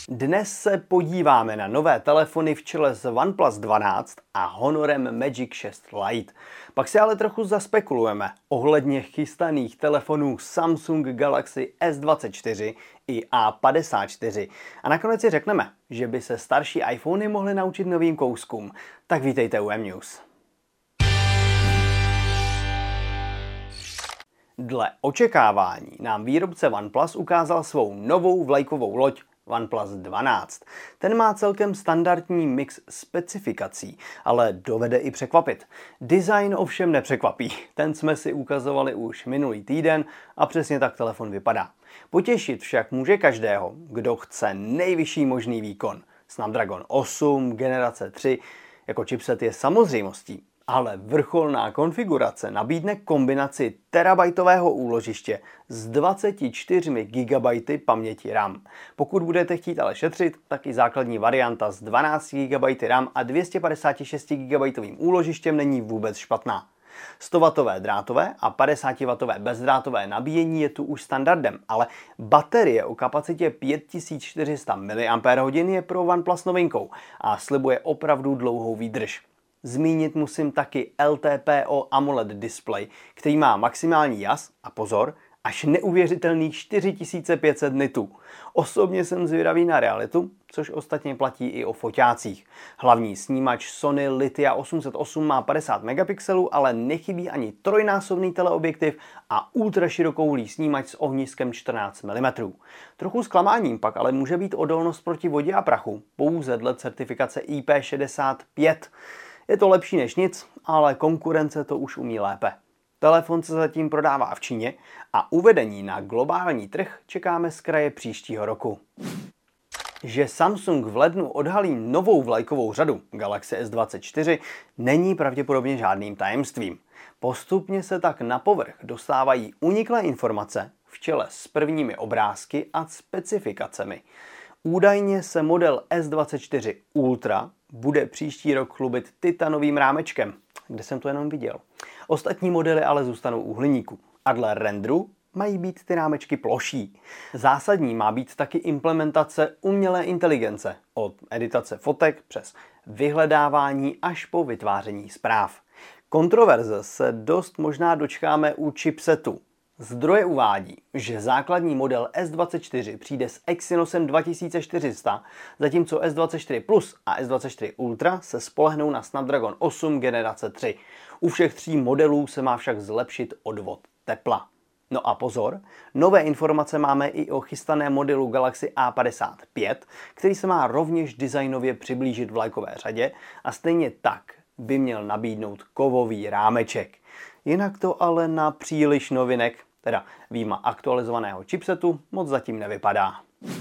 Dnes se podíváme na nové telefony v čele s OnePlus 12 a Honorem Magic 6 Lite. Pak si ale trochu zaspekulujeme ohledně chystaných telefonů Samsung Galaxy S24 i A54. A nakonec si řekneme, že by se starší iPhony mohly naučit novým kouskům. Tak vítejte u M-News. Dle očekávání nám výrobce OnePlus ukázal svou novou vlajkovou loď OnePlus 12. Ten má celkem standardní mix specifikací, ale dovede i překvapit. Design ovšem nepřekvapí. Ten jsme si ukazovali už minulý týden a přesně tak telefon vypadá. Potěšit však může každého, kdo chce nejvyšší možný výkon. Snapdragon 8, generace 3, jako chipset je samozřejmostí. Ale vrcholná konfigurace nabídne kombinaci terabajtového úložiště s 24 GB paměti RAM. Pokud budete chtít ale šetřit, tak i základní varianta s 12 GB RAM a 256 GB úložištěm není vůbec špatná. 100W drátové a 50W bezdrátové nabíjení je tu už standardem, ale baterie o kapacitě 5400 mAh je pro OnePlus novinkou a slibuje opravdu dlouhou výdrž. Zmínit musím taky LTPO AMOLED display, který má maximální jas a pozor, až neuvěřitelných 4500 nitů. Osobně jsem zvědavý na realitu, což ostatně platí i o foťácích. Hlavní snímač Sony Lithia 808 má 50 megapixelů, ale nechybí ani trojnásobný teleobjektiv a ultraširokouhlý snímač s ohniskem 14 mm. Trochu zklamáním pak ale může být odolnost proti vodě a prachu, pouze dle certifikace IP65. Je to lepší než nic, ale konkurence to už umí lépe. Telefon se zatím prodává v Číně a uvedení na globální trh čekáme z kraje příštího roku. Že Samsung v lednu odhalí novou vlajkovou řadu Galaxy S24 není pravděpodobně žádným tajemstvím. Postupně se tak na povrch dostávají uniklé informace v čele s prvními obrázky a specifikacemi. Údajně se model S24 Ultra bude příští rok chlubit titanovým rámečkem, kde jsem to jenom viděl. Ostatní modely ale zůstanou u hliníku a dle renderu mají být ty rámečky ploší. Zásadní má být taky implementace umělé inteligence, od editace fotek přes vyhledávání až po vytváření zpráv. Kontroverze se dost možná dočkáme u chipsetu. Zdroje uvádí, že základní model S24 přijde s Exynosem 2400, zatímco S24 Plus a S24 Ultra se spolehnou na Snapdragon 8 generace 3. U všech tří modelů se má však zlepšit odvod tepla. No a pozor, nové informace máme i o chystaném modelu Galaxy A55, který se má rovněž designově přiblížit vlajkové řadě a stejně tak by měl nabídnout kovový rámeček. Jinak to ale na příliš novinek, teda výjima aktualizovaného chipsetu, moc zatím nevypadá.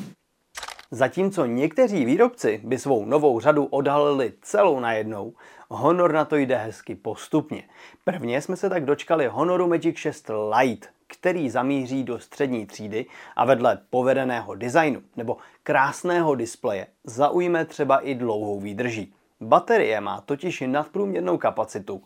Zatímco někteří výrobci by svou novou řadu odhalili celou najednou, Honor na to jde hezky postupně. Prvně jsme se tak dočkali Honoru Magic 6 Lite, který zamíří do střední třídy a vedle povedeného designu nebo krásného displeje zaujme třeba i dlouhou výdrží. Baterie má totiž nadprůměrnou kapacitu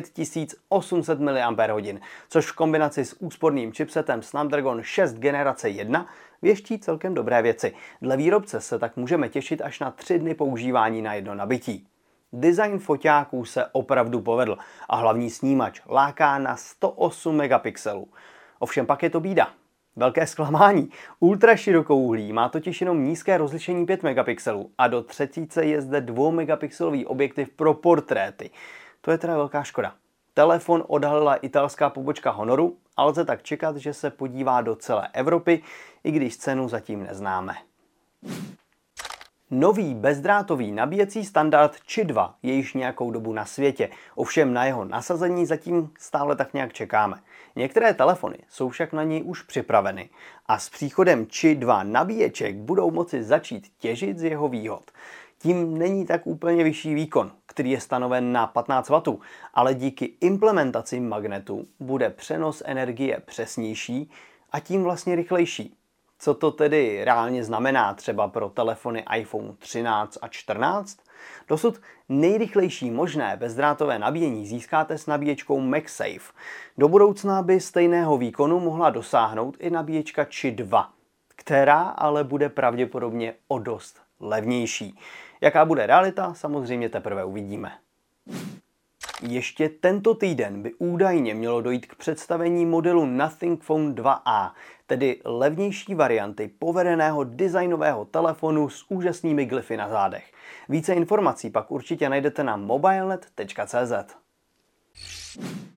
5800 mAh, což v kombinaci s úsporným chipsetem Snapdragon 6 generace 1 věští celkem dobré věci. Dle výrobce se tak můžeme těšit až na 3 dny používání na jedno nabití. Design foťáků se opravdu povedl a hlavní snímač láká na 108 megapixelů. Ovšem pak je to bída. Velké zklamání. Ultraširokouhlý má totiž jenom nízké rozlišení 5 megapixelů a do třetíce je zde 2 megapixelový objektiv pro portréty. To je teda velká škoda. Telefon odhalila italská pobočka Honoru a lze tak čekat, že se podívá do celé Evropy, i když cenu zatím neznáme. Nový bezdrátový nabíjecí standard Qi 2 je již nějakou dobu na světě, ovšem na jeho nasazení zatím stále tak nějak čekáme. Některé telefony jsou však na něj už připraveny a s příchodem Qi 2 nabíječek budou moci začít těžit z jeho výhod. Tím není tak úplně vyšší výkon, který je stanoven na 15 W, ale díky implementaci magnetu bude přenos energie přesnější a tím vlastně rychlejší. Co to tedy reálně znamená třeba pro telefony iPhone 13 a 14? Dosud nejrychlejší možné bezdrátové nabíjení získáte s nabíječkou MagSafe. Do budoucna by stejného výkonu mohla dosáhnout i nabíječka Qi 2, která ale bude pravděpodobně o dost levnější. Jaká bude realita, samozřejmě teprve uvidíme. Ještě tento týden by údajně mělo dojít k představení modelu Nothing Phone 2a, tedy levnější varianty povedeného designového telefonu s úžasnými glyfy na zádech. Více informací pak určitě najdete na mobilenet.cz.